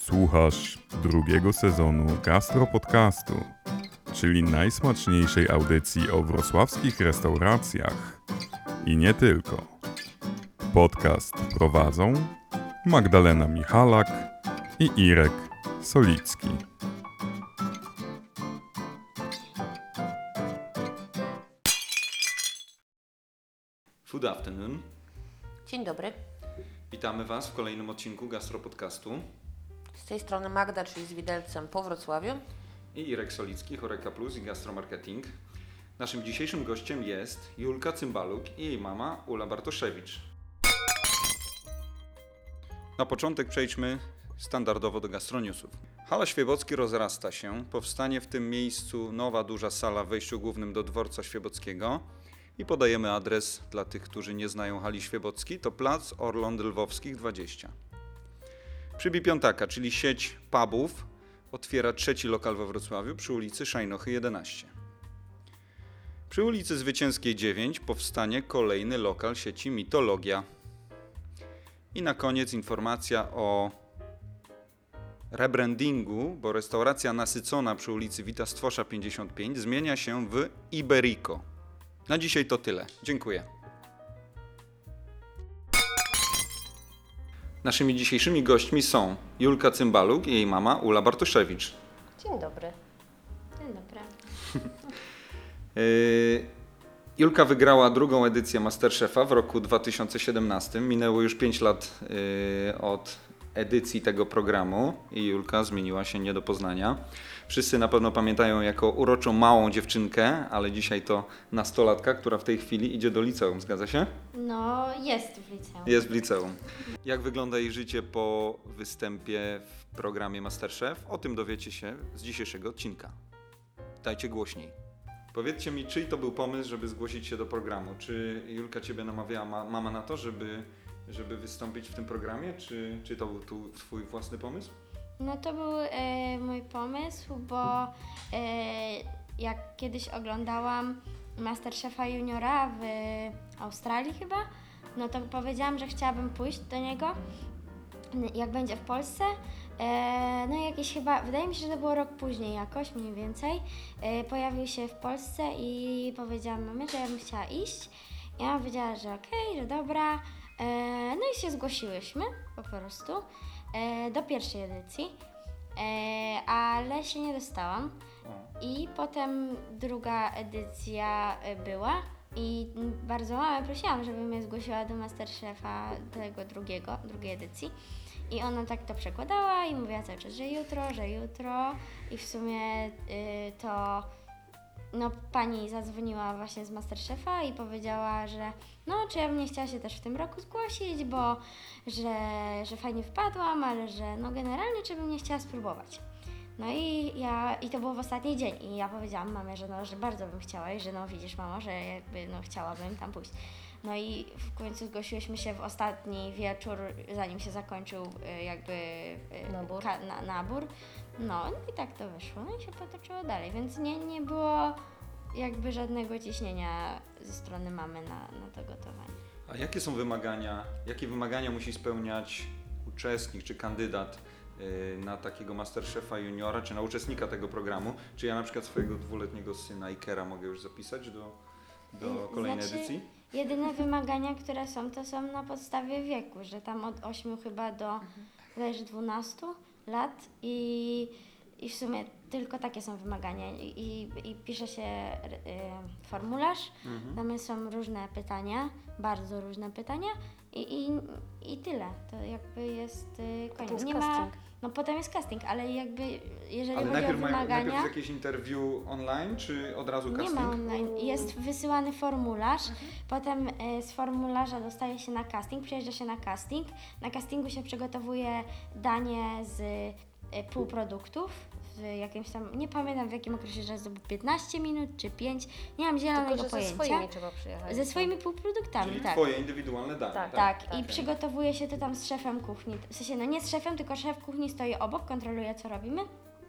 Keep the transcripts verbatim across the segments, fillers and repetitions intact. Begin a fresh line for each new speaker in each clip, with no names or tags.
Słuchasz drugiego sezonu Gastro Podcastu, czyli najsmaczniejszej audycji o wrocławskich restauracjach i nie tylko. Podcast prowadzą Magdalena Michalak i Irek Solicki.
Good afternoon.
Dzień dobry.
Witamy Was w kolejnym odcinku Gastro Podcastu.
Z tej strony Magda, czyli z widelcem po Wrocławiu.
I Irek Solicki, Horeca Plus i Gastro Marketing. Naszym dzisiejszym gościem jest Julka Cymbaluk i jej mama Ula Bartoszewicz. Na początek przejdźmy standardowo do gastronewsów. Hala Świebocki rozrasta się. Powstanie w tym miejscu nowa duża sala w wejściu głównym do dworca świebockiego. I podajemy adres dla tych, którzy nie znają hali Świebockiej. To plac Orląt Lwowskich dwadzieścia. Przybij Piątaka, czyli sieć pubów, otwiera trzeci lokal we Wrocławiu przy ulicy Szajnochy jedenaście. Przy ulicy Zwycięskiej dziewięć powstanie kolejny lokal sieci Mitologia. I na koniec informacja o rebrandingu, bo restauracja nasycona przy ulicy Wita Stwosza pięćdziesiąt pięć zmienia się w Iberico. Na dzisiaj to tyle. Dziękuję. Naszymi dzisiejszymi gośćmi są Julka Cymbaluk i jej mama Ula Bartoszewicz.
Dzień dobry. Dzień dobry.
Yy, Julka wygrała drugą edycję Masterchefa w roku dwa tysiące siedemnastym. Minęło już pięć lat yy, od edycji tego programu i Julka zmieniła się nie do poznania. Wszyscy na pewno pamiętają jako uroczą małą dziewczynkę, ale dzisiaj to nastolatka, która w tej chwili idzie do liceum, zgadza się?
No, jest w liceum.
Jest w liceum. Jak wygląda jej życie po występie w programie Masterchef? O tym dowiecie się z dzisiejszego odcinka. Dajcie głośniej. Powiedzcie mi, czyj to był pomysł, żeby zgłosić się do programu? Czy Julka Ciebie namawiała ma- mama na to, żeby, żeby wystąpić w tym programie? Czy, czy to był tu Twój własny pomysł?
No to był e, mój pomysł, bo e, jak kiedyś oglądałam Masterchefa Juniora w Australii chyba, no to powiedziałam, że chciałabym pójść do niego, jak będzie w Polsce. E, no i jakieś chyba, wydaje mi się, że to było rok później jakoś, mniej więcej, e, pojawił się w Polsce i powiedziałam mamie, że ja bym chciała iść. I mama powiedziała, że okej, że dobra. E, no i się zgłosiłyśmy po prostu e, do pierwszej edycji, e, ale się nie dostałam. I potem druga edycja e, była i bardzo mamę prosiłam, żeby mnie zgłosiła do Masterchefa tego drugiego, drugiej edycji. I ona tak to przekładała i mówiła cały czas, że jutro, że jutro i w sumie y, to no, pani zadzwoniła właśnie z Masterchefa i powiedziała, że no czy ja bym nie chciała się też w tym roku zgłosić, bo że, że fajnie wpadłam, ale że no generalnie czy bym nie chciała spróbować. No i ja, i to było w ostatni dzień i ja powiedziałam mamie, że no, że bardzo bym chciała i że no widzisz mamo, że jakby no chciałabym tam pójść. No i w końcu zgłosiłyśmy się w ostatni wieczór, zanim się zakończył y, jakby y,
Nabór.
Ka- na, nabór. No i tak to wyszło, no i się potoczyło dalej, więc nie, nie było jakby żadnego ciśnienia ze strony mamy na, na to gotowanie.
A jakie są wymagania, jakie wymagania musi spełniać uczestnik czy kandydat yy, na takiego Masterchefa Juniora, czy na uczestnika tego programu? Czy ja na przykład swojego dwuletniego syna Ikera mogę już zapisać do, do kolejnej
Znaczy,
edycji?
Jedyne wymagania, które są, to są na podstawie wieku, że tam od ośmiu chyba do wydaje się dwunastu lat i, i w sumie tylko takie są wymagania i, i, i pisze się y, formularz,
Mhm.
tam są różne pytania, bardzo różne pytania i, i, i tyle, to jakby jest y,
Potem
koniec.
jest
Nie ma,
casting.
no potem jest casting, ale jakby jeżeli
Ale
chodzi
najpierw,
o
mają,
wymagania...
najpierw jest jakieś interview online, czy od razu casting?
Nie ma online. Jest wysyłany formularz, potem e, z formularza dostaje się na casting, przyjeżdża się na casting. Na castingu się przygotowuje danie z e, półproduktów w jakimś tam, nie pamiętam w jakim okresie czasu, piętnaście minut czy pięć, nie mam zielonego
Tylko, że ze
pojęcia.
swoimi trzeba przyjechać.
Ze swoimi półproduktami,
Czyli
tak.
Twoje indywidualne dane.
Tak,
Tak,
tak.
i przygotowuje się to tam z szefem kuchni. W sensie, no nie z szefem, tylko szef kuchni stoi obok, kontroluje co robimy.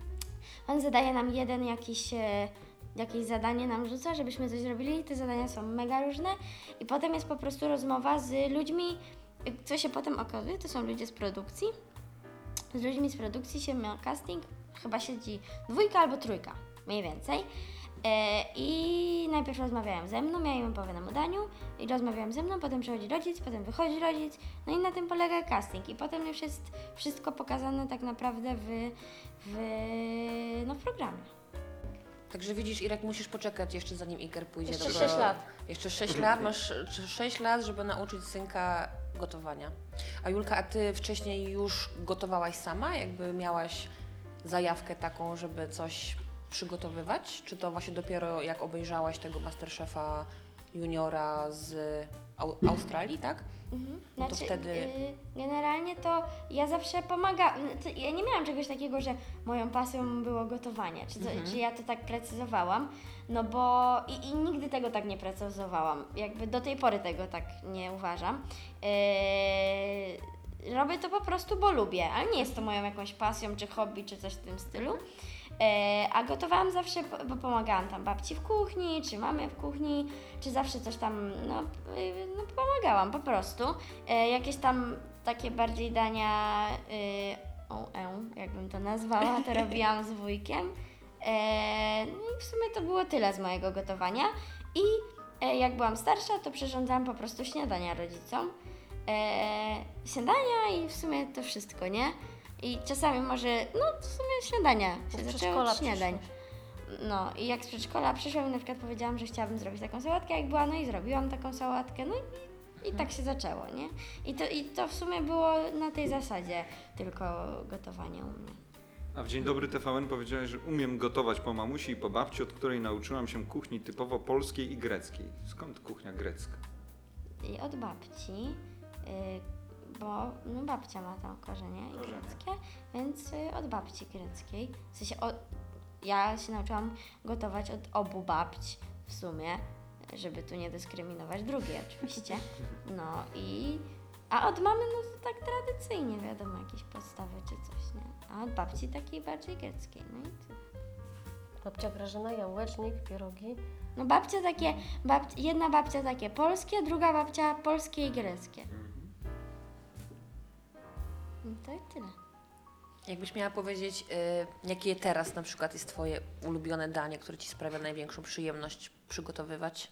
On zadaje nam jeden jakiś, e, jakieś zadanie nam rzuca, żebyśmy coś zrobili. Te zadania są mega różne i potem jest po prostu rozmowa z ludźmi, co się potem okazuje, to są ludzie z produkcji. z ludźmi z produkcji się miał casting, chyba siedzi dwójka albo trójka, mniej więcej. E, I najpierw rozmawiają ze mną, ja im opowiadam o daniu i rozmawiają ze mną, potem przychodzi rodzic, potem wychodzi rodzic, no i na tym polega casting. I potem już jest wszystko pokazane tak naprawdę w, w, no, w programie.
Także widzisz, Irek, musisz poczekać jeszcze zanim Iker pójdzie
Jeszcze
do...
sześć lat.
Jeszcze sześć lat, masz sześć lat, żeby nauczyć synka gotowania. A Julka, a ty wcześniej już gotowałaś sama? Jakby miałaś zajawkę taką, żeby coś przygotowywać? Czy to właśnie dopiero jak obejrzałaś tego Masterchefa juniora z Au- Australii, tak?
Mhm.
No to wtedy-
y, generalnie to ja zawsze pomagam. Ja nie miałam czegoś takiego, że moją pasją było gotowanie, czy, to,
Mhm.
czy ja to tak precyzowałam, no bo i, i nigdy tego tak nie precyzowałam. Jakby do tej pory tego tak nie uważam. Yy, robię to po prostu, bo lubię, ale nie jest to moją jakąś pasją, czy hobby, czy coś w tym stylu. E, a gotowałam zawsze, po- bo pomagałam tam babci w kuchni, czy mamie w kuchni, czy zawsze coś tam, no, y, no pomagałam po prostu. E, jakieś tam takie bardziej dania, y, o, e, jakbym to nazwała, to robiłam z wujkiem. E, no i w sumie to było tyle z mojego gotowania. I e, jak byłam starsza, to przyrządzałam po prostu śniadania rodzicom. E, śniadania i w sumie to wszystko, nie? I czasami może, no w sumie śniadania się
Z
zaczęło
przedszkola
od śniadań.
przyszłaś.
No i jak z przedszkola przyszłam i na przykład powiedziałam, że chciałabym zrobić taką sałatkę jak była, no i zrobiłam taką sałatkę, no i, i tak się zaczęło, nie? I to, I to w sumie było na tej zasadzie tylko gotowanie u mnie.
A w Dzień Dobry T V N powiedziałeś, że umiem gotować po mamusi i po babci, od której nauczyłam się kuchni typowo polskiej i greckiej. Skąd kuchnia grecka?
I od babci, y, bo no, babcia ma tam korzenie i
Korzenie.
greckie, więc y, od babci greckiej. W sensie od, ja się nauczyłam gotować od obu babć w sumie, żeby tu nie dyskryminować drugiej oczywiście. No i a od mamy no to tak tradycyjnie wiadomo, jakieś podstawy czy coś, nie? A od babci takiej bardziej greckiej, no i tyle.
Babcia Grażyna, jałecznik, pierogi.
No babcia takie, babci, jedna babcia takie polskie, druga babcia polskie i greckie. No to i tyle.
Jakbyś miała powiedzieć, y, jakie teraz na przykład jest Twoje ulubione danie, które Ci sprawia największą przyjemność przygotowywać?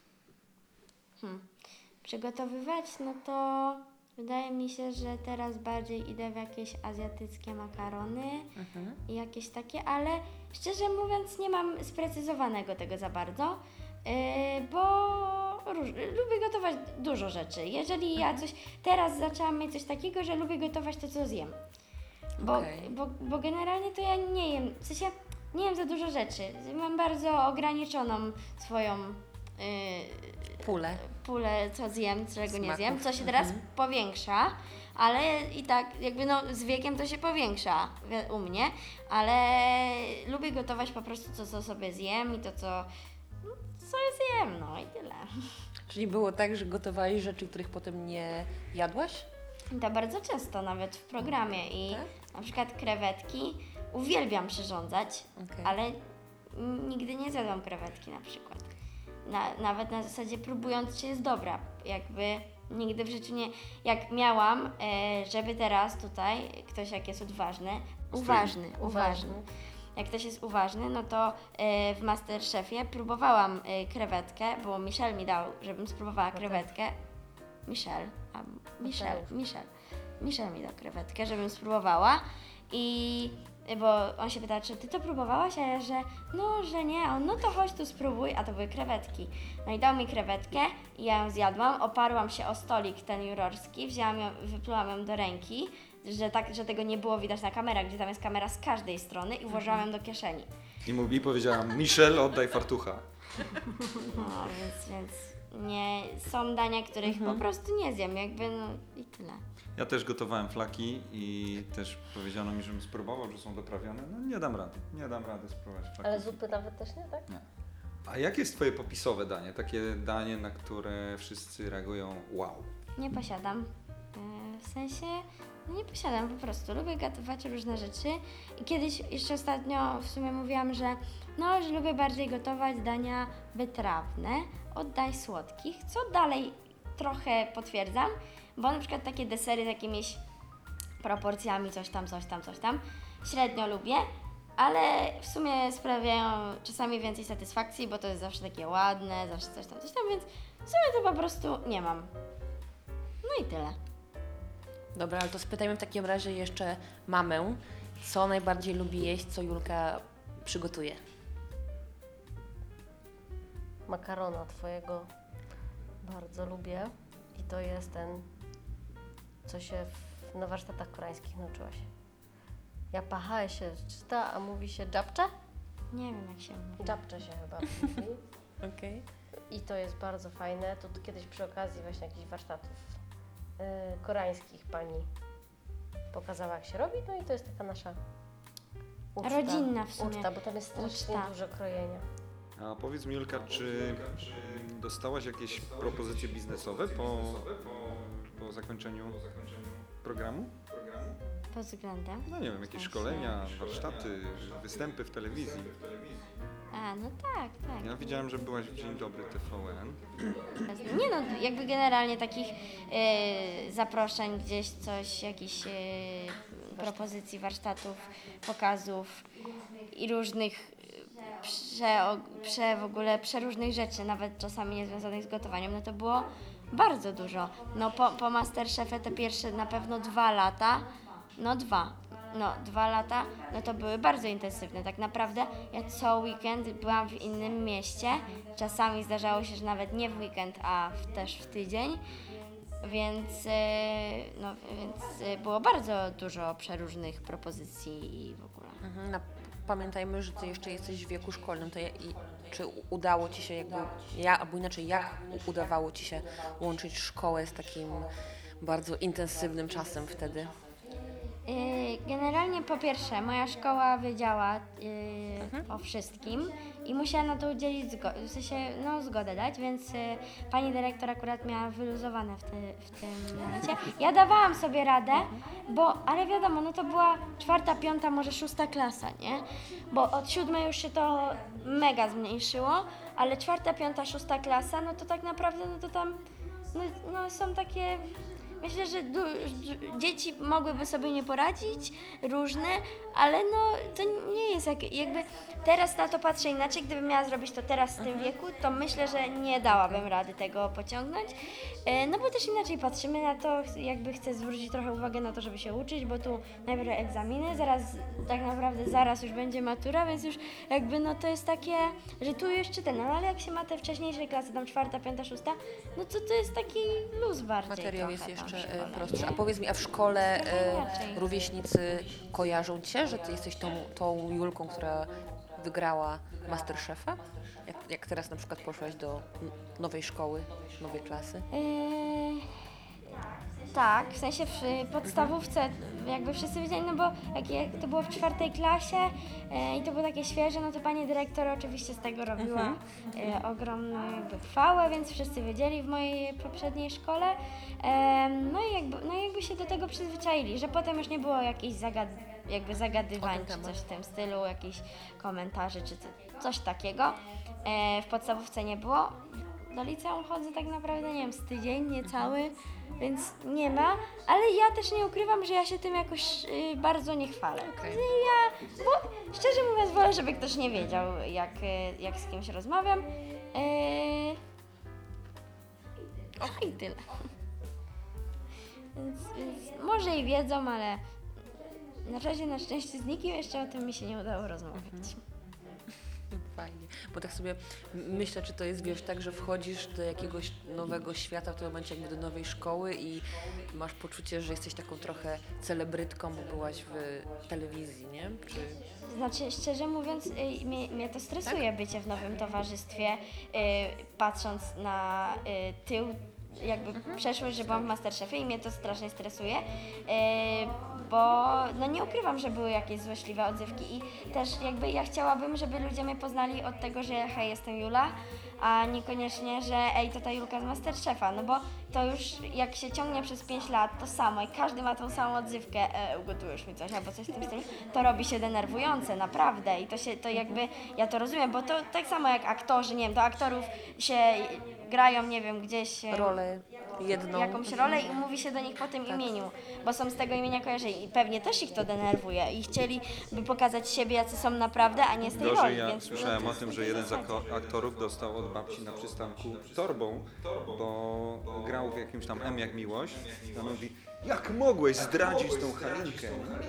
Hmm. Przygotowywać, no to wydaje mi się, że teraz bardziej idę w jakieś azjatyckie makarony
Mhm.
i jakieś takie, ale szczerze mówiąc nie mam sprecyzowanego tego za bardzo, yy, bo róż, lubię gotować dużo rzeczy. Jeżeli ja coś, teraz zaczęłam mieć coś takiego, że lubię gotować to, co zjem. Bo,
Okej.
bo, bo generalnie to ja nie jem, w sensie nie jem za dużo rzeczy. Mam bardzo ograniczoną swoją yy,
Pulę.
pulę, co zjem, czego nie
Smaków.
zjem, co się teraz
Mhm.
powiększa, ale i tak jakby no z wiekiem to się powiększa wi- u mnie, ale lubię gotować po prostu to, co sobie zjem i to, co, no, co zjem, no i tyle.
Czyli było tak, że gotowałeś rzeczy, których potem nie jadłaś?
I to bardzo często, nawet w programie i
Tak?
na przykład krewetki uwielbiam przyrządzać,
Okej.
ale n- nigdy nie zjadłam krewetki na przykład. Na, nawet na zasadzie próbując, czy jest dobra. Jakby nigdy w życiu nie... Jak miałam, e, żeby teraz tutaj ktoś jak jest odważny, uważny, uważny. Jak ktoś jest uważny, no to e, w Masterchefie próbowałam e, krewetkę, bo Michel mi dał, żebym spróbowała krewetkę. Michel, a Michel,
Mateusz.
Michel. Michel mi dał krewetkę, żebym spróbowała i bo on się pyta, czy ty to próbowałaś, a ja, że no, że nie, a on, no to chodź tu spróbuj, a to były krewetki. No i dał mi krewetkę i ja ją zjadłam, oparłam się o stolik ten jurorski, wzięłam ją, wyplułam ją do ręki, że, tak, że tego nie było widać na kamerach, gdzie tam jest kamera z każdej strony i włożyłam ją do kieszeni.
I mówi, powiedziałam, Michel, oddaj fartucha.
No, więc, więc nie, są dania, których po prostu nie zjem, jakby no i tyle.
Ja też gotowałem flaki i też powiedziano mi, żebym spróbował, że są doprawione. No nie dam rady, nie dam rady spróbować flaków.
Ale zupy nawet też nie, tak?
Nie. A jakie jest Twoje popisowe danie? Takie danie, na które wszyscy reagują wow.
Nie posiadam. E, W sensie, no nie posiadam po prostu. Lubię gotować różne rzeczy. I kiedyś jeszcze ostatnio w sumie mówiłam, że no, że lubię bardziej gotować dania wytrawne od dań słodkich, co dalej trochę potwierdzam, bo na przykład takie desery z jakimiś proporcjami, coś tam, coś tam, coś tam. Średnio lubię, ale w sumie sprawiają czasami więcej satysfakcji, bo to jest zawsze takie ładne, zawsze coś tam, coś tam, więc w sumie to po prostu nie mam. No i tyle.
Dobra, ale to spytajmy w takim razie jeszcze mamę, co najbardziej lubi jeść, co Julka przygotuje.
Makarona twojego bardzo lubię i to jest ten, co się w, na warsztatach koreańskich nauczyłaś. Ja pachaję się czyta, a mówi się japcze?
Nie wiem jak się mówi.
Japcze się chyba mówi.
Okej.
I to jest bardzo fajne. To kiedyś przy okazji właśnie jakichś warsztatów yy, koreańskich pani pokazała, jak się robi. No i to jest taka nasza uczta.
Rodzinna w sumie.
Uczta, bo tam jest strasznie
Uczta.
dużo krojenia.
A powiedz mi, Julka, czy dostałaś jakieś propozycje biznesowe po, po zakończeniu programu?
Pod względem.
No nie wiem, jakieś szkolenia, warsztaty, występy w telewizji.
A, no tak, tak.
Ja widziałem, że byłaś w Dzień Dobry T V N.
Nie no, jakby generalnie takich e, zaproszeń gdzieś, coś, jakichś e, propozycji, warsztatów, pokazów i różnych e, prze, prze, w ogóle przeróżnych rzeczy, nawet czasami niezwiązanych z gotowaniem, no to było bardzo dużo. No po, po Masterchefie te pierwsze na pewno dwa lata, no dwa, no dwa lata, no to były bardzo intensywne. Tak naprawdę ja co weekend byłam w innym mieście. Czasami zdarzało się, że nawet nie w weekend, a w, też w tydzień. Więc, e, no, więc e, było bardzo dużo przeróżnych propozycji i w ogóle.
Mhm, na, pamiętajmy, że Ty jeszcze jesteś w wieku szkolnym, to ja, i, czy udało Ci się jakby, ja, albo inaczej, jak udawało Ci się łączyć szkołę z takim bardzo intensywnym czasem wtedy?
Yy, Generalnie po pierwsze, moja szkoła wiedziała yy, o wszystkim i musiała na to udzielić zgo- w sensie, no, zgodę dać, więc yy, pani dyrektor akurat miała wyluzowane w, ty- w tym momencie. Ja dawałam sobie radę, bo, ale wiadomo, no to była czwarta, piąta, może szósta klasa, nie? Bo od siódmej już się to mega zmniejszyło, ale czwarta, piąta, szósta klasa, no to tak naprawdę, no to tam, no, no są takie... Myślę, że du- du- dzieci mogłyby sobie nie poradzić, różne, ale no to nie jest jak, jakby teraz na to patrzę inaczej, gdybym miała zrobić to teraz w tym wieku, to myślę, że nie dałabym rady tego pociągnąć, e, no bo też inaczej patrzymy na to, jakby chcę zwrócić trochę uwagę na to, żeby się uczyć, bo tu najpierw egzaminy, zaraz tak naprawdę zaraz już będzie matura, więc już jakby no to jest takie, że tu jeszcze ten, no ale jak się ma te wcześniejsze klasy, tam czwarta, piąta, szósta, no to to jest taki luz bardziej.
Materiał jest
trochę tam
jeszcze
w
e,
szkole,
prostszy.
nie?
A powiedz mi, a w szkole
Trochę
e,
inaczej.
rówieśnicy kojarzą Cię, że Ty jesteś tą, tą Julką, która wygrała Masterchefa? Jak, jak teraz na przykład poszłaś do n- nowej szkoły, nowej klasy?
Yy, tak, w sensie w podstawówce jakby wszyscy wiedzieli, no bo jak, jak to było w czwartej klasie yy, i to było takie świeże, no to pani dyrektor oczywiście z tego robiła yy, ogromną jakby chwałę, więc wszyscy wiedzieli w mojej poprzedniej szkole. Yy, no, i jakby, no i jakby się do tego przyzwyczaili, że potem już nie było jakichś zagad jakby zagadywań
O ten
czy
temat.
coś w tym stylu, jakichś komentarzy czy co- coś takiego. Yy, w podstawówce nie było. Do liceum chodzę tak naprawdę, nie wiem, z tydzień, niecały, więc nie ma, ale ja też nie ukrywam, że ja się tym jakoś y, bardzo nie chwalę.
Okej.
Ja, bo szczerze mówiąc wolę, żeby ktoś nie wiedział, jak, y, jak z kimś rozmawiam. Yy... O, i tyle. Więc, więc może i wiedzą, ale na razie na szczęście z nikim jeszcze o tym mi się nie udało rozmawiać.
Fajnie, bo tak sobie myślę, czy to jest, wiesz, tak, że wchodzisz do jakiegoś nowego świata w tym momencie jakby do nowej szkoły i masz poczucie, że jesteś taką trochę celebrytką, bo byłaś w telewizji, nie? Czy...
Znaczy, szczerze mówiąc, y, mnie, mnie to stresuje bycie w nowym towarzystwie, y, patrząc na y, tył, jakby przeszłość, że byłam w Masterchefie i mnie to strasznie stresuje, y, bo no nie ukrywam, że były jakieś złośliwe odzywki i też jakby ja chciałabym, żeby ludzie mnie poznali od tego, że hej, jestem Jula, a niekoniecznie, że ej, to ta Julka z Masterchefa, no bo to już jak się ciągnie przez pięć lat to samo i każdy ma tą samą odzywkę, e, ugotujesz mi coś albo coś w tym stylu, to robi się denerwujące, naprawdę i to się, to jakby, ja to rozumiem, bo to tak samo jak aktorzy, nie wiem, do aktorów się grają, nie wiem, gdzieś... e,
Role Jedną.
jakąś rolę i mówi się do nich po tym imieniu, bo są z tego imienia kojarzeni i pewnie też ich to denerwuje i chcieliby pokazać siebie, jacy są naprawdę, a nie z tej
Gorzej,
roli,
ja
więc
słyszałem
no,
o tym, że jeden z ako- aktorów dostał od babci na przystanku torbą, bo grał w jakimś tam M jak Miłość. I on mówi, jak mogłeś zdradzić tą Halinkę?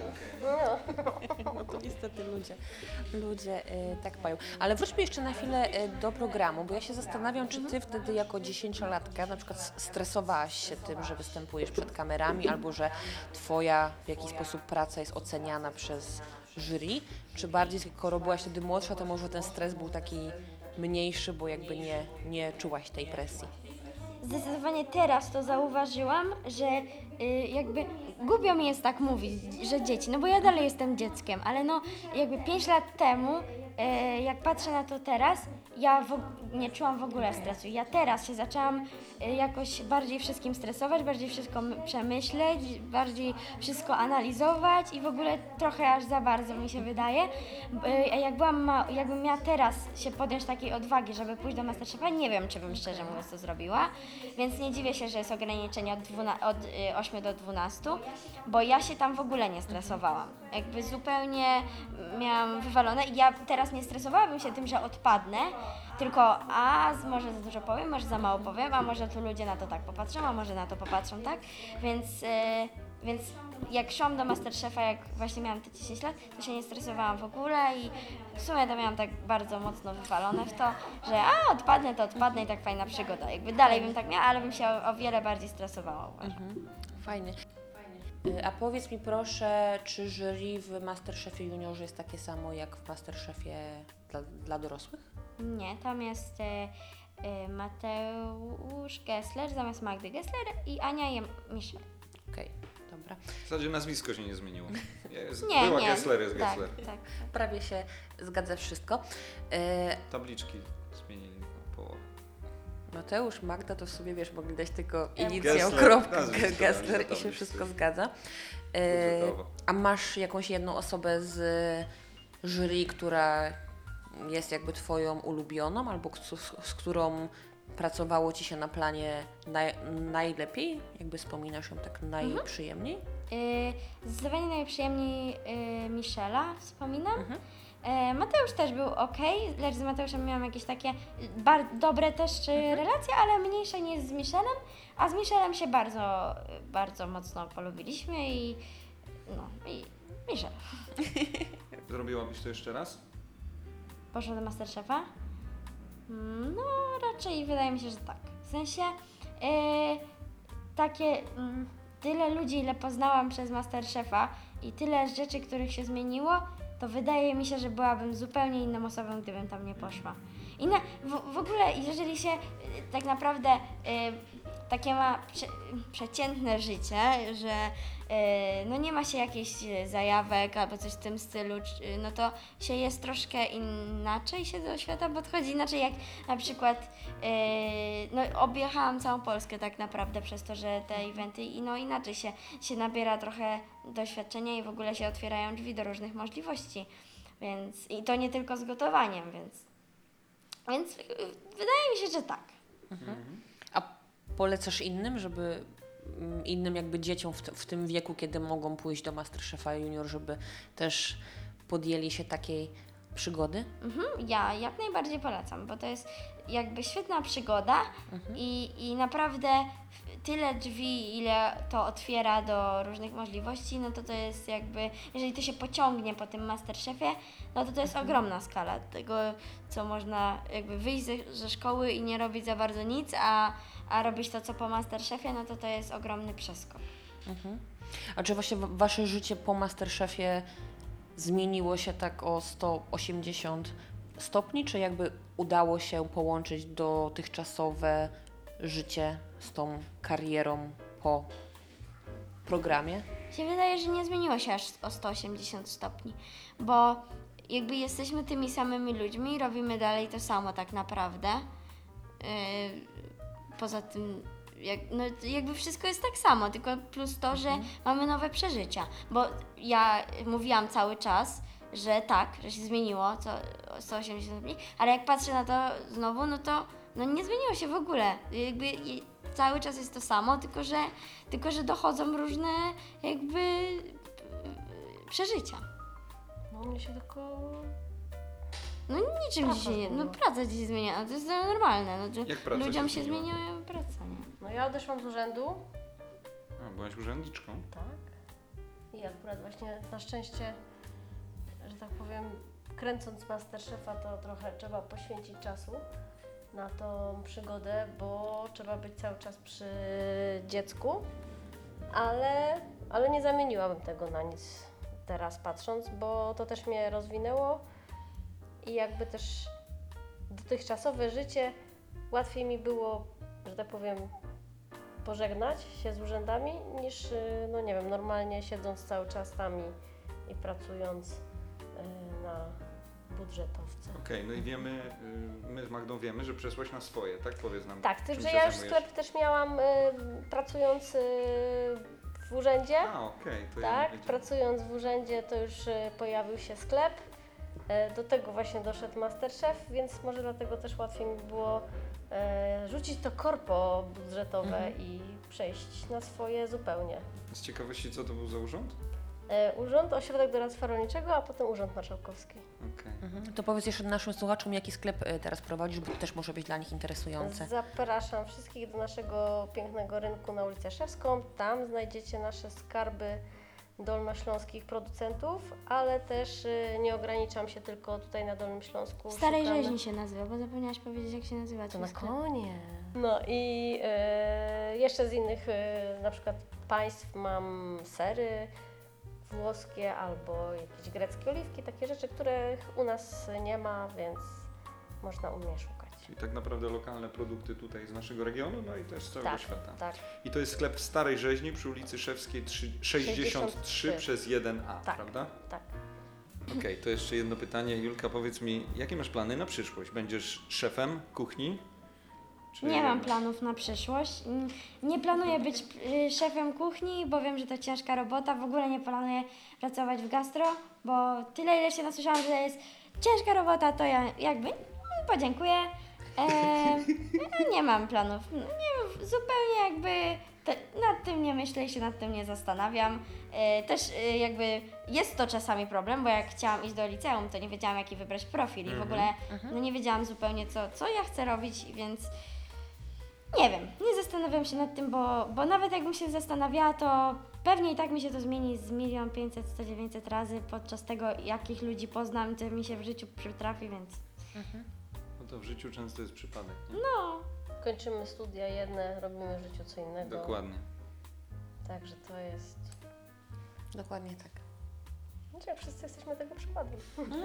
No to niestety ludzie, ludzie y, tak mają. Ale wróćmy jeszcze na chwilę y, do programu, bo ja się zastanawiam, czy ty wtedy jako dziesięciolatka na przykład s- stresowałaś się tym, że występujesz przed kamerami, albo że twoja w jakiś sposób praca jest oceniana przez jury, czy bardziej skoro byłaś wtedy młodsza, to może ten stres był taki mniejszy, bo jakby nie, nie czułaś tej presji.
zdecydowanie teraz to zauważyłam, że y, jakby głupio mi jest tak mówić, że dzieci, no bo ja dalej jestem dzieckiem, ale no jakby pięć lat temu, y, jak patrzę na to teraz, ja w, og- nie czułam w ogóle stresu. Ja teraz się zaczęłam y, jakoś bardziej wszystkim stresować, bardziej wszystko m- przemyśleć, bardziej wszystko analizować i w ogóle trochę aż za bardzo mi się wydaje. B- y, Jak byłam ma- jakbym miała teraz się podjąć takiej odwagi, żeby pójść do Masterchefa, nie wiem, czy bym szczerze mówiąc to zrobiła, więc nie dziwię się, że jest ograniczenie od, dwuna- od y, ośmiu do dwunastu, bo ja się tam w ogóle nie stresowałam. Jakby zupełnie miałam wywalone i ja teraz nie stresowałabym się tym, że odpadnę, tylko a z- może za dużo powiem, może za mało powiem, a może tu ludzie na to tak popatrzą, a może na to popatrzą tak, więc, y, więc jak szłam do Masterchefa, jak właśnie miałam te dziesięć lat, to się nie stresowałam w ogóle i w sumie to miałam tak bardzo mocno wywalone w to, że a odpadnę, to odpadnę i tak fajna przygoda. Jakby dalej bym tak miała, ale bym się o, o wiele bardziej stresowała. uważam.
Fajnie. Y, A powiedz mi proszę, czy jury w Masterchefie Juniorze jest takie samo jak w Masterchefie dla, dla dorosłych?
Nie, tam jest e, e, Mateusz Gessler zamiast Magdy Gessler i Ania Jem- Michel.
Okej, dobra.
W zasadzie nazwisko się nie zmieniło. Jest,
Nie,
była
nie.
Gessler, jest
tak,
Gessler.
tak.
Prawie się zgadza wszystko. Y,
Tabliczki zmienili na połowę.
Mateusz, Magda to w sobie, wiesz, mogli dać tylko
Em.
inicjał,
Gessler,
kropkę,
nazwisko,
Ge- Gessler
tak,
i się
tabliczki.
wszystko zgadza. Y,
Budżetowo.
a masz jakąś jedną osobę z jury, która jest jakby twoją ulubioną, albo k- z, z którą pracowało ci się na planie naj, najlepiej? Jakby wspominasz ją tak najprzyjemniej?
E, zdecydowanie najprzyjemniej e, Michela wspominam.
Mhm.
E, Mateusz też był ok, lecz z Mateuszem miałam jakieś takie bar- dobre też e, relacje, ale mniejsze niż z Michelem, a z Michelem się bardzo, bardzo mocno polubiliśmy i no i Michel.
Zrobiłabyś to jeszcze raz?
Poszła do Masterchefa? Mm, No, raczej wydaje mi się, że tak. W sensie e, takie mm, tyle ludzi, ile poznałam przez Masterchefa i tyle rzeczy, których się zmieniło, to wydaje mi się, że byłabym zupełnie inną osobą, gdybym tam nie poszła. I na, w, w ogóle, jeżeli się e, tak naprawdę e, takie ma prze, przeciętne życie, że e, no nie ma się jakichś e, zajawek albo coś w tym stylu, czy, no to się jest troszkę inaczej się do świata podchodzi, inaczej jak na przykład e, no objechałam całą Polskę tak naprawdę przez to, że te eventy i no inaczej się, się nabiera trochę doświadczenia i w ogóle się otwierają drzwi do różnych możliwości, więc i to nie tylko z gotowaniem, więc więc y, wydaje mi się, że tak.
A polecasz innym, żeby mm, innym jakby dzieciom w, t- w tym wieku, kiedy mogą pójść do Masterchefa Junior, żeby też podjęli się takiej przygody?
Mhm, ja jak najbardziej polecam, bo to jest jakby świetna przygoda i, i naprawdę tyle drzwi, ile to otwiera do różnych możliwości, no to to jest jakby, jeżeli to się pociągnie po tym Masterchefie, no to to jest ogromna skala tego, co można jakby wyjść ze, ze szkoły i nie robić za bardzo nic, a, a robić to, co po Masterchefie, no to to jest ogromny przeskok.
A czy właśnie wa- wasze życie po Masterchefie zmieniło się tak o sto osiemdziesiąt stopni, czy jakby udało się połączyć dotychczasowe życie z tą karierą po programie?
Się wydaje, że nie zmieniło się aż o sto osiemdziesiąt stopni, bo jakby jesteśmy tymi samymi ludźmi, robimy dalej to samo tak naprawdę. Yy, poza tym, jak, no, jakby wszystko jest tak samo, tylko plus to, że mamy nowe przeżycia, bo ja mówiłam cały czas, że tak, że się zmieniło co o sto osiemdziesiąt stopni, ale jak patrzę na to znowu, no to no nie zmieniło się w ogóle. Jakby i cały czas jest to samo, tylko że, tylko że dochodzą różne jakby e, przeżycia.
No u mnie się tylko...
No niczym
Praca
ci się nie... No
zmieniła.
praca ci się zmienia, no to jest normalne. No, to
Jak praca
ludziom
się
się
zmieniła?
zmienia praca, nie?
No ja odeszłam z urzędu.
A, byłaś urzędniczką.
Tak. I akurat właśnie na szczęście, że tak powiem, kręcąc Masterchefa, to trochę trzeba poświęcić czasu na tą przygodę, bo trzeba być cały czas przy dziecku, ale, ale nie zamieniłabym tego na nic teraz patrząc, bo to też mnie rozwinęło i jakby też dotychczasowe życie łatwiej mi było, że tak powiem, pożegnać się z urzędami niż, y, no nie wiem, normalnie siedząc cały czas tam i, i pracując y, na budżetowce.
Okej, no i wiemy, y, my z Magdą wiemy, że przeszłaś na swoje, tak? Powiedz nam.
Tak,
czym
tylko że
się
ja już
zajmujesz.
sklep też miałam y, pracując y, w urzędzie.
A, okej, to ja nie
Tak,
wiedziałem.
pracując w urzędzie to już y, pojawił się sklep. Y, Do tego właśnie doszedł Masterchef, więc może dlatego też łatwiej mi było y, rzucić to korpo budżetowe
Mhm.
i przejść na swoje zupełnie.
Z ciekawości, co to był za urząd?
E, Urząd Ośrodek Doradztwa Rolniczego, a potem Urząd Marszałkowski.
Okej.
Mhm. To powiedz jeszcze naszym słuchaczom, jaki sklep y, teraz prowadzisz, bo to też może być dla nich interesujące.
Zapraszam wszystkich do naszego pięknego rynku na ulicę Szewską. Tam znajdziecie nasze skarby dolnośląskich producentów, ale też y, nie ograniczam się tylko tutaj na Dolnym Śląsku.
W Starej
Szukamy-
Rzeźni się nazywa, bo zapomniałaś powiedzieć, jak się nazywa
To
twój
na
sklep.
konie. No i e, jeszcze z innych e, na przykład państw mam sery włoskie albo jakieś greckie oliwki, takie rzeczy, których u nas nie ma, więc można u mnie szukać.
Czyli tak naprawdę lokalne produkty tutaj z naszego regionu, no i też z całego
Tak,
świata.
tak.
I to jest sklep w Starej Rzeźni przy ulicy Szewskiej trzy- sześćdziesiąt trzy
sześćdziesiąt trzy.
przez jeden A,
Tak.
prawda?
Tak.
Okej, to jeszcze jedno pytanie. Julka, powiedz mi, jakie masz plany na przyszłość? Będziesz szefem kuchni? Czy-
Nie mam planów na przyszłość. Mm, Nie planuję być y, szefem kuchni, bo wiem, że to ciężka robota. W ogóle nie planuję pracować w gastro, bo tyle, ile się nasłyszałam, że to jest ciężka robota, to ja jakby no, podziękuję. E, no, nie mam planów. Nie, zupełnie jakby te, nad tym nie myślę i się nad tym nie zastanawiam. E, też e, jakby jest to czasami problem, bo jak chciałam iść do liceum, to nie wiedziałam, jaki wybrać profil i w ogóle no, nie wiedziałam zupełnie, co, co ja chcę robić, więc nie wiem, nie zastanawiam się nad tym, bo, bo nawet jakbym się zastanawiała, to pewnie i tak mi się to zmieni z milion pięćset, sto dziewięćset razy podczas tego, jakich ludzi poznam, co mi się w życiu przytrafi, więc
No to w życiu często jest przypadek, nie?
no.
Kończymy studia jedne, robimy w życiu co innego.
Dokładnie.
Także to jest...
Dokładnie tak.
Znaczy, jak wszyscy jesteśmy tego przykładem.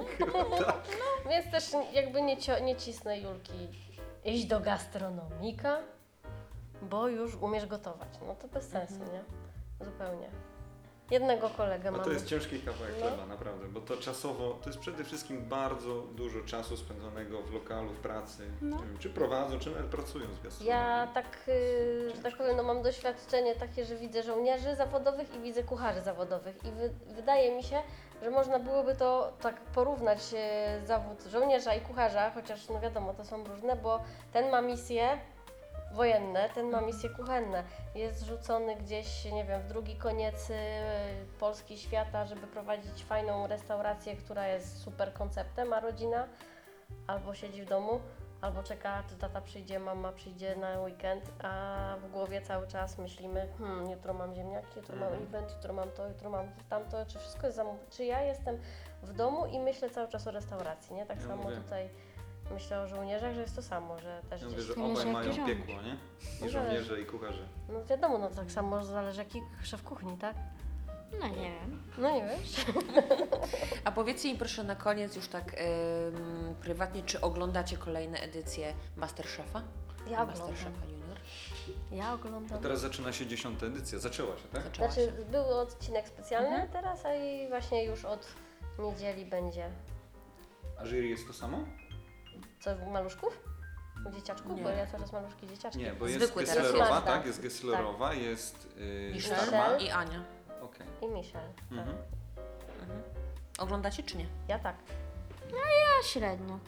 Więc też jakby nie, cio- nie cisnę Julki iść do gastronomika, bo już umiesz gotować. No to bez sensu, nie? Zupełnie. Jednego kolegę
No
mamy.
to jest ciężki kawałek
No.
chleba, naprawdę, bo to czasowo, to jest przede wszystkim bardzo dużo czasu spędzonego w lokalu, w pracy,
No.
nie wiem, czy prowadzą, czy nawet pracują z gastronomią.
Ja tak, y, że tak powiem, no mam doświadczenie takie, że widzę żołnierzy zawodowych i widzę kucharzy zawodowych i wy, wydaje mi się, że można byłoby to tak porównać e, zawód żołnierza i kucharza, chociaż no wiadomo, to są różne, bo ten ma misje wojenne, ten ma misje kuchenne. Jest rzucony gdzieś, nie wiem, w drugi koniec y, Polski, świata, żeby prowadzić fajną restaurację, która jest super konceptem, a rodzina albo siedzi w domu, albo czeka, czy tata przyjdzie, mama przyjdzie na weekend, a w głowie cały czas myślimy, hmm, jutro mam ziemniaki, jutro mam
Mhm.
event, jutro mam to, jutro mam tamto, czy wszystko jest zamówione, czy ja jestem w domu i myślę cały czas o restauracji, nie? Tak
Ja
samo
mówię.
tutaj myślę o żołnierzach, że jest to samo, że też
Ja mówię,
gdzieś...
że
Zależy,
obaj
jaki
mają
żołnierz.
piekło, nie?
No
I żołnierze, i kucharze.
No wiadomo, no tak samo zależy jaki szef kuchni, tak?
No nie wiem.
No nie wiesz?
A powiedzcie mi proszę na koniec już tak ym, prywatnie, czy oglądacie kolejne edycje Masterchefa?
Ja
Masterchefa
oglądam.
Junior?
Ja
A
oglądam.
teraz zaczyna się dziesiąta edycja, zaczęła się, tak?
Zaczęła
Znaczy,
się.
był odcinek specjalny
Mhm.
teraz, a i właśnie już od niedzieli będzie.
A jury jest to samo?
Co, maluszków? Dzieciaczków?
Nie.
Bo ja coraz maluszki dzieciaczki.
Nie, bo jest
Zwykły teraz.
Gesslerowa,
Magda.
tak? Jest Gesslerowa, jest yy,
Michelle
Sztarma.
i Ania.
Okej.
I Michelle. Tak.
Mhm.
Mhm. Oglądacie czy nie?
Ja tak.
Ja średnio.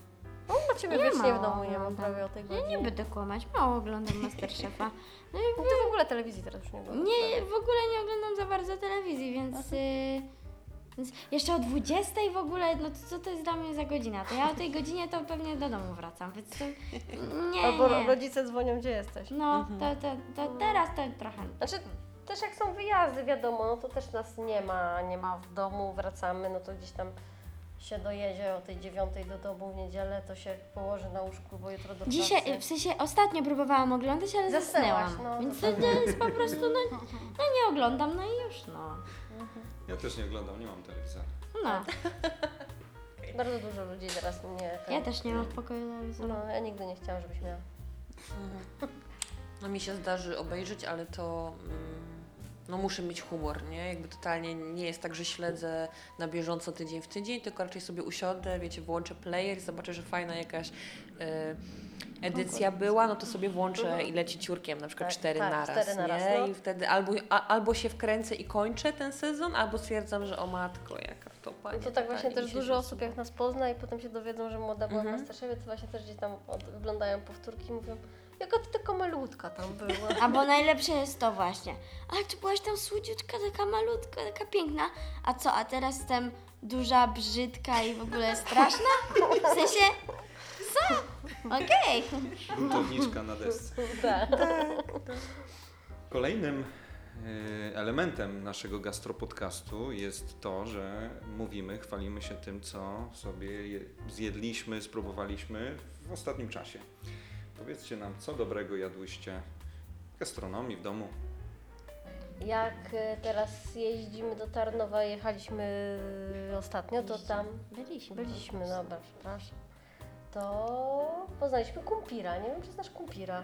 No dla Ciebie
Ja
wiecznie w
mało
domu nie mam
oglądam.
prawie o tej
Ja
godzinie.
nie będę kłamać, mało oglądam Masterchefa. No i
No Ty w ogóle telewizji teraz już nie oglądasz.
nie, w ogóle nie oglądam za bardzo telewizji, więc, y, więc jeszcze o dwudziestej w ogóle, no to co to jest dla mnie za godzina? To ja o tej godzinie to pewnie do domu wracam, więc to nie,
Albo
nie.
rodzice dzwonią, gdzie jesteś.
No, to, to, to teraz to trochę.
Znaczy, też jak są wyjazdy, wiadomo, no to też nas nie ma, nie ma w domu, wracamy, no to gdzieś tam się dojedzie o tej dziewiątej do domu w niedzielę, to się położy na łóżku, bo jutro do pracy.
Dzisiaj, w sensie ostatnio próbowałam oglądać, ale
Zasnęłaś,
zasnęłam.
no,
Więc
to
to, to jest po prostu, no, no nie oglądam, no i już, no.
Ja też nie oglądam, nie mam telewizora.
No,
Bardzo dużo ludzi teraz nie... Ten,
ja też nie mam w pokoju telewizora.
No, ja nigdy nie chciałam, żebyś miała.
No mi się zdarzy obejrzeć, ale to mm, no muszę mieć humor, nie? Jakby totalnie nie jest tak, że śledzę na bieżąco tydzień w tydzień, tylko raczej sobie usiądę, wiecie, włączę player, zobaczę, że fajna jakaś e, edycja była, no to sobie włączę i leci ciurkiem, na przykład
Tak,
cztery
tak,
naraz,
cztery naraz,
nie?
no.
I wtedy albo, a, albo się wkręcę i kończę ten sezon, albo stwierdzam, że o matko, jaka to pani.
No to tak właśnie też dużo osób
jak
jak nas pozna i potem się dowiedzą, że młoda była
Mhm.
w Masterchefie, to właśnie też gdzieś tam od, oglądają powtórki i mówią, jaka ty taka malutka tam była.
Albo najlepsze jest to właśnie. Ale ty byłaś tam słodziutka, taka malutka, taka piękna. A co, a teraz jestem duża, brzydka i w ogóle straszna? W sensie, co? Okej.
Buntowniczka na desce.
Tak.
Kolejnym e, elementem naszego gastropodcastu jest to, że mówimy, chwalimy się tym, co sobie je- zjedliśmy, spróbowaliśmy w ostatnim czasie. Powiedzcie nam, co dobrego jadłyście w gastronomii, w domu.
Jak e, teraz jeździmy do Tarnowa, jechaliśmy ostatnio, to tam
Byliśmy.
byliśmy, dobra, przepraszam. To poznaliśmy kumpira. Nie wiem, czy znasz kumpira.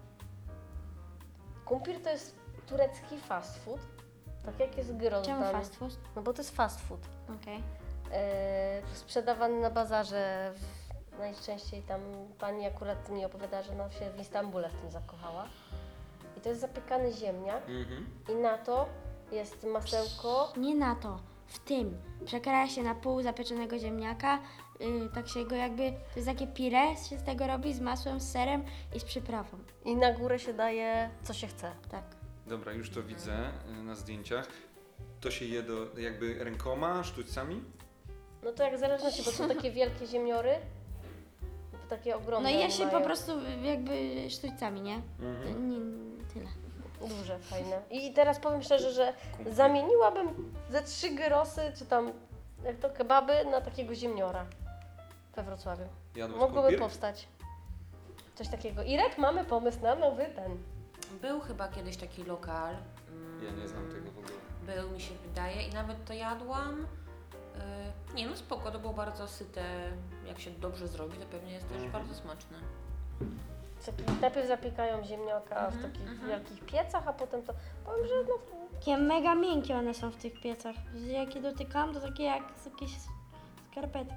Kumpir to jest turecki fast food. Tak jak jest gyros.
Czemu
tam.
fast food?
No bo to jest fast food.
Okej.
E, sprzedawany na bazarze. W, najczęściej tam pani akurat mi opowiada, że ona się w Istambule w tym zakochała. I to jest zapiekany ziemniak i na to jest masełko.
Nie na to, w tym. Przekraja się na pół zapieczonego ziemniaka, yy, tak się go jakby, to jest takie pire się z tego robi, z masłem, z serem i z przyprawą.
I na górę się daje co się chce.
Tak.
Dobra, już to widzę y, na zdjęciach. To się je do, jakby rękoma, sztućcami?
No to jak w zależności, bo są takie wielkie ziemniory, takie
No
ogromne.
i ja
oni
się
mają.
po prostu jakby sztućcami, nie?
Mhm.
Nie, tyle.
Duże, fajne. I teraz powiem szczerze, że zamieniłabym ze trzy gyrosy, czy tam jak to kebaby, na takiego ziemniora we Wrocławiu.
Jadłeś
Mogłoby
kumpir?
powstać coś takiego. Irek, mamy pomysł na nowy ten.
Był chyba kiedyś taki lokal. mm,
Ja nie znam tego w ogóle.
Był, mi się wydaje, i nawet to jadłam. Yy, nie no, spoko, to było bardzo syte. Jak się dobrze zrobi, to pewnie jest też
Mhm.
bardzo smaczne.
Taki, najpierw zapiekają ziemniaka w
Mhm,
takich
mhm.
wielkich piecach, a potem to powiem, że no,
Takie mega miękkie one są w tych piecach. Jak je dotykam, to takie jak jakieś skarpetki.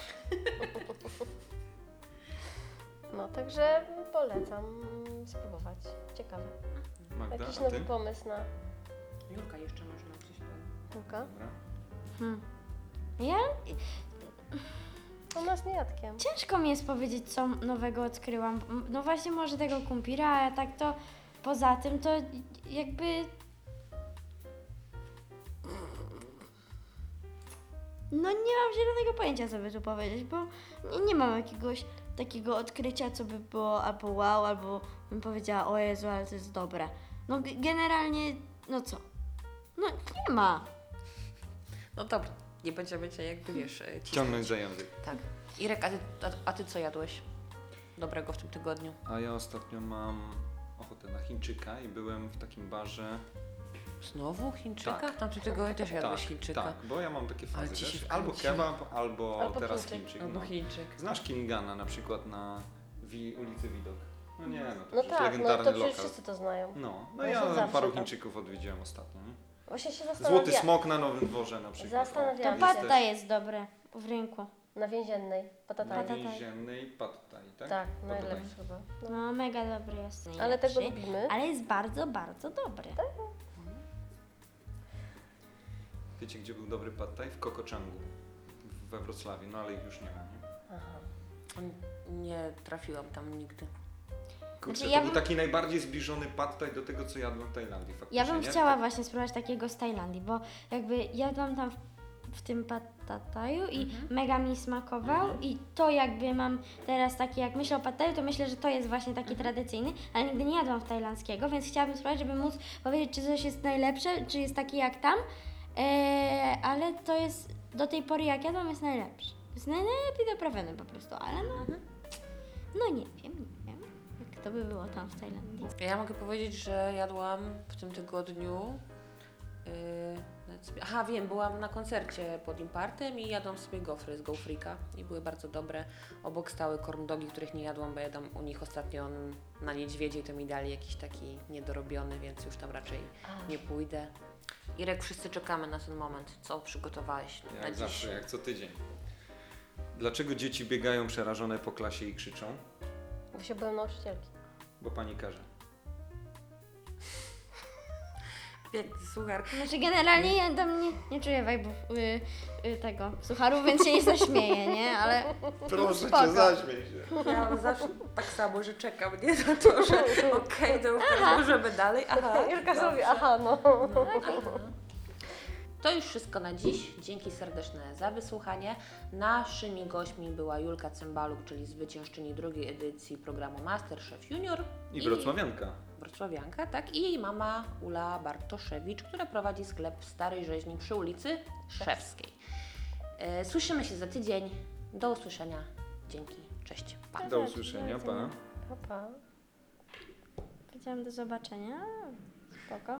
no także polecam spróbować. Ciekawe.
Magda,
Jakiś
a
nowy
ty?
pomysł na
Julka jeszcze można coś powiedzieć.
Julka?
Dobra.
Hmm. Ja
U nas nie jadkiem.
ciężko mi jest powiedzieć, co nowego odkryłam. No właśnie może tego kumpira, a tak to poza tym to jakby... No nie mam zielonego pojęcia, co by tu powiedzieć, bo nie, nie mam jakiegoś takiego odkrycia, co by było albo wow, albo bym powiedziała, o Jezu, ale to jest dobre. No g- generalnie, no co? No nie ma.
No dobra, nie będziemy cię jakby wiesz, e, cisnąć.
Ciągnąć za język.
Tak. Irek, a ty, a, a ty co jadłeś dobrego w tym tygodniu?
A ja ostatnio mam ochotę na Chińczyka i byłem w takim barze.
Znowu Chińczyka?
Tak.
W tamtym tygodniu też jadłeś
tak,
Chińczyka.
tak, bo ja mam takie
Ale
fazy,
ci się
wiesz, albo
wkręciło.
kebab, albo,
Albo
teraz
Chińczyk.
Chińczyk.
Albo
No.
Chińczyk.
Znasz Kingana na przykład na wi- ulicy Widok? No nie, no to
No
przecież
tak, no
legendarny
to przecież
lokal.
wszyscy to znają.
No, no
No
ja
to zawsze
paru
tam.
Chińczyków odwiedziłem ostatnio. Nie?
Właśnie się
Złoty
zastanawiam.
smok na Nowym Dworze na przykład.
Zastanawiałam
To
się.
jest
patta jest dobre w rynku.
Na więziennej.
Na
Patataj.
Patataj.
więziennej pad thai, tak?
Tak,
Pad thai.
najlepszy chyba. No.
No mega dobry jest.
Ale
najlepszy,
tego lubimy.
Ale jest bardzo, bardzo dobry.
Wiecie, gdzie był dobry pad thai? W Kokochangu we Wrocławiu, no ale ich już nie ma. Nie?
Aha.
Nie trafiłam tam nigdy.
Kurczę,
Znaczy,
to
ja
był
bym-
taki najbardziej zbliżony pad thai do tego, co jadłem w Tajlandii faktycznie,
Ja bym
nie?
chciała
Tak.
właśnie spróbować takiego z Tajlandii, bo jakby jadłam tam w, w tym pad thaiu i mega mi smakował
Mhm.
i to jakby mam teraz taki, jak myślę o pad thaiu, to myślę, że to jest właśnie taki tradycyjny, ale nigdy nie jadłam w tajlandzkiego, więc chciałabym spróbować, żeby móc powiedzieć, czy coś jest najlepsze, czy jest taki jak tam, eee, ale to jest, do tej pory jak jadłam, jest najlepsze. Jest najlepiej doprawione po prostu, ale no, no nie wiem, nie wiem, jak to by było tam w Tajlandii.
Ja mogę powiedzieć, że jadłam w tym tygodniu. Yy, nawet sobie- aha, wiem, byłam na koncercie pod Impartem i jadłam sobie gofry z GoFreaka i były bardzo dobre. Obok stały corn dogi, których nie jadłam, bo jadłam u nich ostatnio na niedźwiedzie i to mi dali jakiś taki niedorobiony, więc już tam raczej nie pójdę. Irek, wszyscy czekamy na ten moment. Co przygotowałeś na
Jak
dziś?
zawsze, jak co tydzień. Dlaczego dzieci biegają przerażone po klasie i krzyczą?
Bo się boją nauczycielki.
Bo pani każe.
Piękny suchar.
Znaczy generalnie ja tam nie, nie czuję vibe'ów y, y, tego sucharu, więc się nie zaśmieję, nie? Ale
Proszę
spoko.
cię, zaśmiej się.
Ja mam zawsze tak samo, że czekam, nie na to, że okej, to już teraz możemy dalej. Aha,
Jurka
dobrze.
sobie, aha, no.
To już wszystko na dziś. Dzięki serdeczne za wysłuchanie. Naszymi gośćmi była Julka Cymbaluk, czyli zwyciężczyni drugiej edycji programu MasterChef Junior.
I wrocławianka.
Wrocławianka, tak. I jej mama Ula Bartoszewicz, która prowadzi sklep w Starej Rzeźni przy ulicy Szewskiej. E, Słyszymy się za tydzień. Do usłyszenia. Dzięki. Cześć. Pa.
Do usłyszenia, pa.
Pa, pa.
powiedziałam do zobaczenia. Spoko.